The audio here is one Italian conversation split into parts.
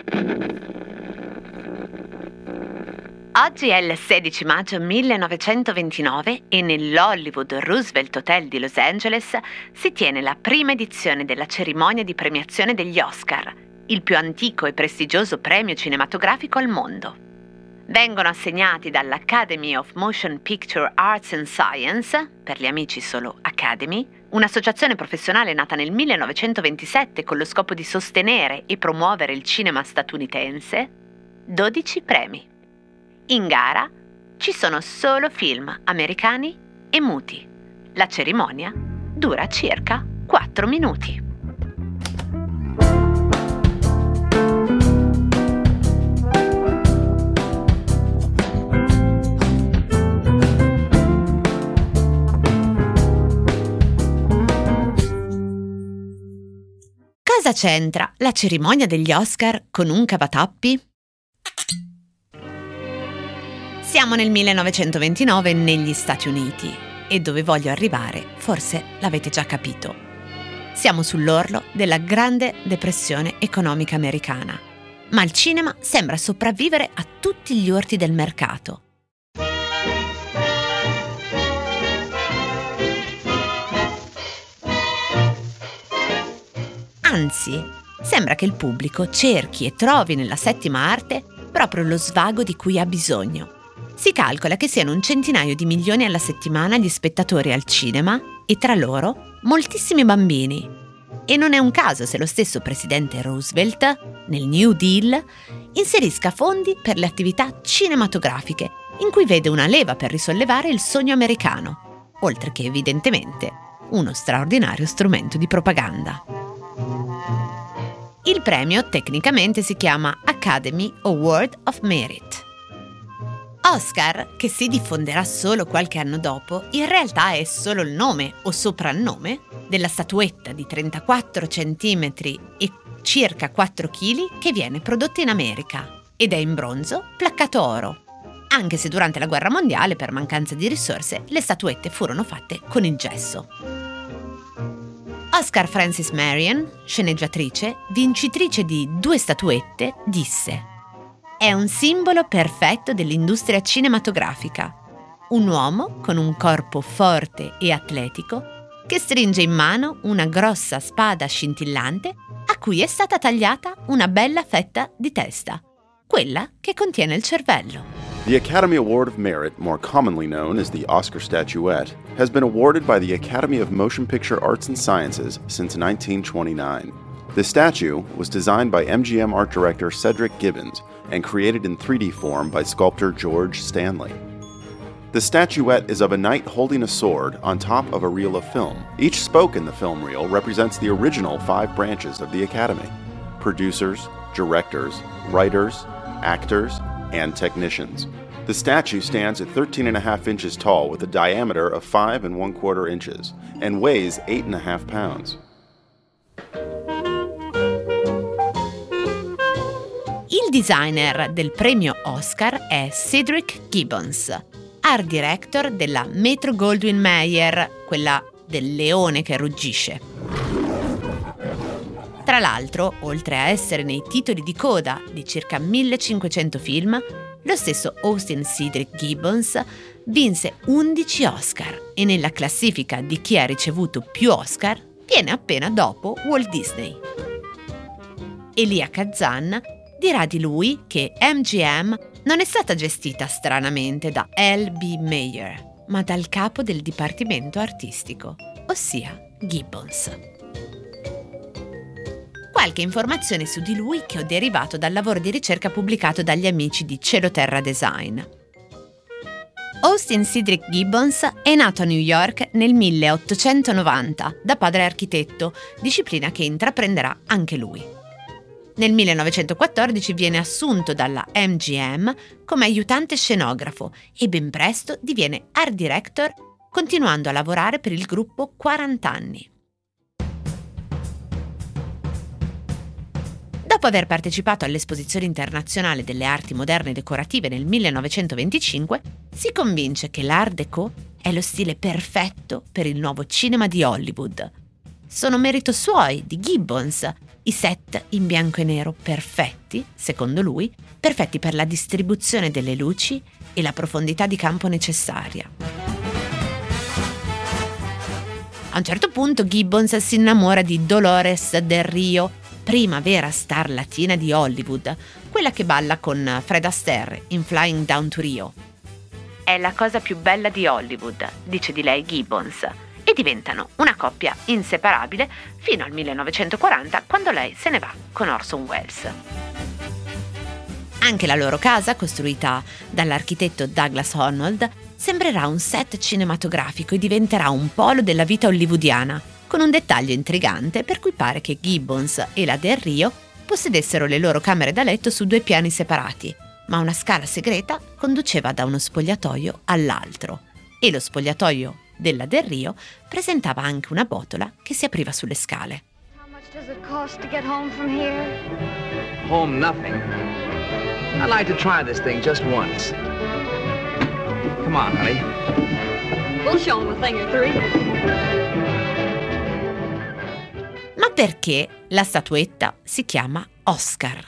Oggi è il 16 maggio 1929 e nell'Hollywood Roosevelt Hotel di Los Angeles si tiene la prima edizione della cerimonia di premiazione degli Oscar, il più antico e prestigioso premio cinematografico al mondo. Vengono assegnati dall'Academy of Motion Picture Arts and Science, per gli amici solo Academy, un'associazione professionale nata nel 1927 con lo scopo di sostenere e promuovere il cinema statunitense, 12 premi. In gara ci sono solo film americani e muti. La cerimonia dura circa 4 minuti. Cosa c'entra la cerimonia degli Oscar con un cavatappi? Siamo nel 1929 negli Stati Uniti e dove voglio arrivare forse l'avete già capito. Siamo sull'orlo della grande depressione economica americana, ma il cinema sembra sopravvivere a tutti gli urti del mercato. Anzi, sembra che il pubblico cerchi e trovi nella settima arte proprio lo svago di cui ha bisogno. Si calcola che siano un centinaio di milioni alla settimana gli spettatori al cinema e tra loro moltissimi bambini. E non è un caso se lo stesso presidente Roosevelt, nel New Deal, inserisca fondi per le attività cinematografiche, in cui vede una leva per risollevare il sogno americano, oltre che evidentemente uno straordinario strumento di propaganda. Il premio tecnicamente si chiama Academy Award of Merit. Oscar, che si diffonderà solo qualche anno dopo, in realtà è solo il nome o soprannome della statuetta di 34 cm e circa 4 kg che viene prodotta in America ed è in bronzo placcato oro, anche se durante la guerra mondiale, per mancanza di risorse, le statuette furono fatte con il gesso. Oscar Frances Marion, sceneggiatrice, vincitrice di 2 statuette, disse: «È un simbolo perfetto dell'industria cinematografica. Un uomo con un corpo forte e atletico che stringe in mano una grossa spada scintillante a cui è stata tagliata una bella fetta di testa, quella che contiene il cervello». The Academy Award of Merit, more commonly known as the Oscar Statuette, has been awarded by the Academy of Motion Picture Arts and Sciences since 1929. The statue was designed by MGM art director Cedric Gibbons and created in 3D form by sculptor George Stanley. The statuette is of a knight holding a sword on top of a reel of film. Each spoke in the film reel represents the original 5 branches of the Academy: producers, directors, writers, actors, and technicians. The statue stands at 13.5 inches tall with a diameter of 5 1/4 inches and weighs 8.5 pounds. Il designer del premio Oscar è Cedric Gibbons, art director della Metro-Goldwyn-Mayer, quella del leone che ruggisce. Tra l'altro, oltre a essere nei titoli di coda di circa 1500 film, lo stesso Austin Cedric Gibbons vinse 11 Oscar e nella classifica di chi ha ricevuto più Oscar viene appena dopo Walt Disney. Elia Kazan dirà di lui che MGM non è stata gestita stranamente da L.B. Mayer, ma dal capo del dipartimento artistico, ossia Gibbons. Qualche informazione su di lui che ho derivato dal lavoro di ricerca pubblicato dagli amici di Cielo Terra Design. Austin Cedric Gibbons è nato a New York nel 1890 da padre architetto, disciplina che intraprenderà anche lui. Nel 1914 viene assunto dalla MGM come aiutante scenografo e ben presto diviene art director, continuando a lavorare per il gruppo 40 anni. Dopo aver partecipato all'Esposizione internazionale delle arti moderne decorative nel 1925, si convince che l'Art Deco è lo stile perfetto per il nuovo cinema di Hollywood. sono merito suoi, di Gibbons. I set in bianco e nero perfetti, secondo lui, perfetti per la distribuzione delle luci e la profondità di campo necessaria. A un certo punto Gibbons si innamora di Dolores del Rio, prima vera star latina di Hollywood, quella che balla con Fred Astaire in Flying Down to Rio. È la cosa più bella di Hollywood, dice di lei Gibbons, e diventano una coppia inseparabile fino al 1940, quando lei se ne va con Orson Welles. Anche la loro casa, costruita dall'architetto Douglas Honnold, sembrerà un set cinematografico e diventerà un polo della vita hollywoodiana, con un dettaglio intrigante per cui pare che Gibbons e la Del Rio possedessero le loro camere da letto su 2 piani separati, ma una scala segreta conduceva da uno spogliatoio all'altro, e lo spogliatoio della Del Rio presentava anche una botola che si apriva sulle scale. How much does it cost to get home from here? Home nothing. I'd like to try this thing just once. Come on, honey. We'll show him a thing or three. Ma perché la statuetta si chiama Oscar?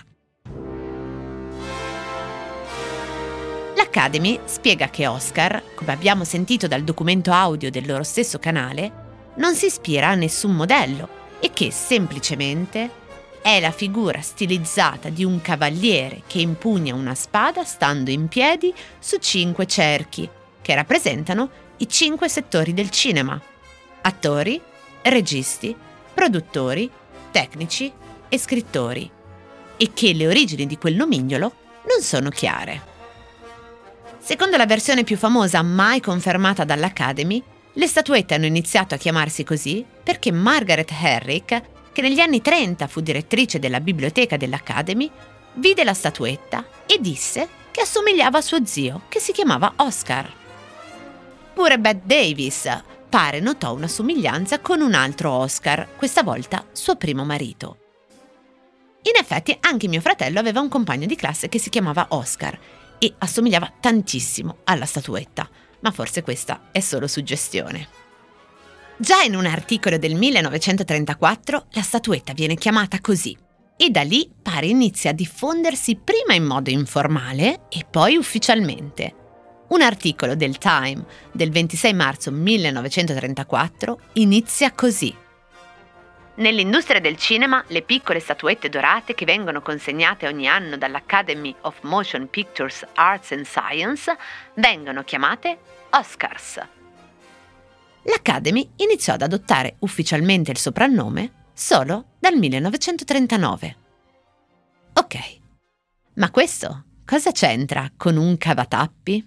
L'Academy spiega che Oscar, come abbiamo sentito dal documento audio del loro stesso canale, non si ispira a nessun modello e che semplicemente è la figura stilizzata di un cavaliere che impugna una spada stando in piedi su 5 cerchi, che rappresentano i 5 settori del cinema: attori, registi, produttori, tecnici e scrittori, e che le origini di quel nomignolo non sono chiare. Secondo la versione più famosa mai confermata dall'Academy, le statuette hanno iniziato a chiamarsi così perché Margaret Herrick, che negli anni 30 fu direttrice della biblioteca dell'Academy, vide la statuetta e disse che assomigliava a suo zio, che si chiamava Oscar. Pure Bette Davis pare notò una somiglianza con un altro Oscar, questa volta suo primo marito. In effetti anche mio fratello aveva un compagno di classe che si chiamava Oscar e assomigliava tantissimo alla statuetta, ma forse questa è solo suggestione. Già in un articolo del 1934 la statuetta viene chiamata così e da lì pare inizia a diffondersi prima in modo informale e poi ufficialmente. Un articolo del Time del 26 marzo 1934 inizia così. Nell'industria del cinema, le piccole statuette dorate che vengono consegnate ogni anno dall'Academy of Motion Pictures Arts and Science vengono chiamate Oscars. L'Academy iniziò ad adottare ufficialmente il soprannome solo dal 1939. Ok, ma questo cosa c'entra con un cavatappi?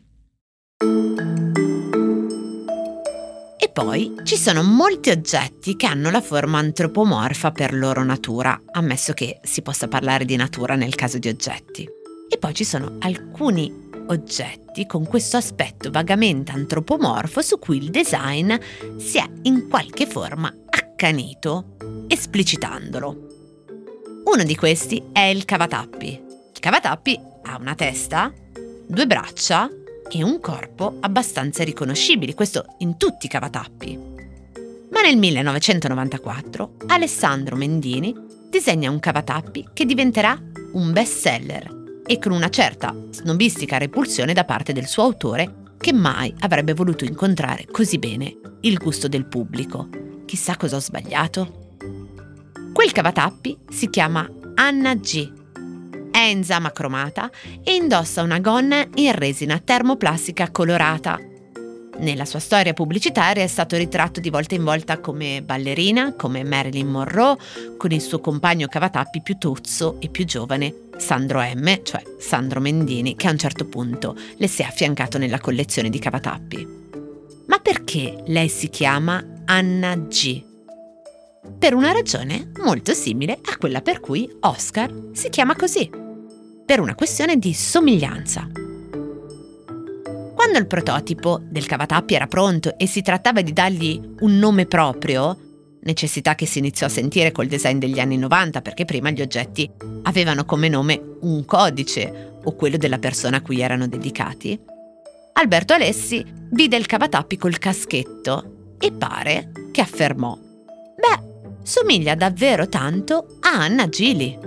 E poi ci sono molti oggetti che hanno la forma antropomorfa per loro natura, ammesso che si possa parlare di natura nel caso di oggetti. E poi ci sono alcuni oggetti con questo aspetto vagamente antropomorfo su cui il design si è in qualche forma accanito, esplicitandolo. Uno di questi è il cavatappi. Il cavatappi ha una testa, 2 braccia e un corpo abbastanza riconoscibili, questo in tutti i cavatappi. Ma nel 1994 Alessandro Mendini disegna un cavatappi che diventerà un bestseller e con una certa snobistica repulsione da parte del suo autore, che mai avrebbe voluto incontrare così bene il gusto del pubblico. Chissà cosa ho sbagliato? Quel cavatappi si chiama Anna G. È in zama cromata e indossa una gonna in resina termoplastica colorata. Nella sua storia pubblicitaria è stato ritratto di volta in volta come ballerina, come Marilyn Monroe, con il suo compagno cavatappi più tozzo e più giovane, Sandro M., cioè Sandro Mendini, che a un certo punto le si è affiancato nella collezione di cavatappi. Ma perché lei si chiama Anna G? Per una ragione molto simile a quella per cui Oscar si chiama così, per una questione di somiglianza. Quando il prototipo del cavatappi era pronto e si trattava di dargli un nome proprio, necessità che si iniziò a sentire col design degli anni 90, perché prima gli oggetti avevano come nome un codice o quello della persona a cui erano dedicati, Alberto Alessi vide il cavatappi col caschetto e pare che affermò: beh, somiglia davvero tanto a Anna Gili.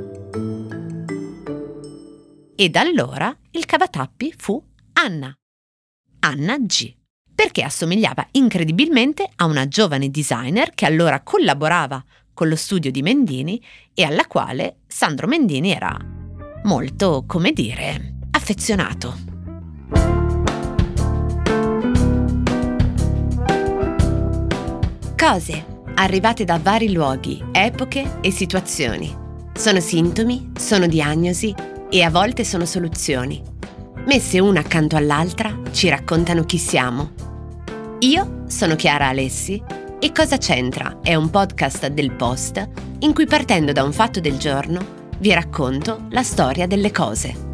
E da allora il cavatappi fu Anna G, perché assomigliava incredibilmente a una giovane designer che allora collaborava con lo studio di Mendini e alla quale Sandro Mendini era molto, come dire, affezionato. Cose arrivate da vari luoghi, epoche e situazioni. Sono sintomi, sono diagnosi e a volte sono soluzioni. Messe una accanto all'altra ci raccontano chi siamo. Io sono Chiara Alessi e Cosa c'entra è un podcast del Post in cui, partendo da un fatto del giorno, vi racconto la storia delle cose.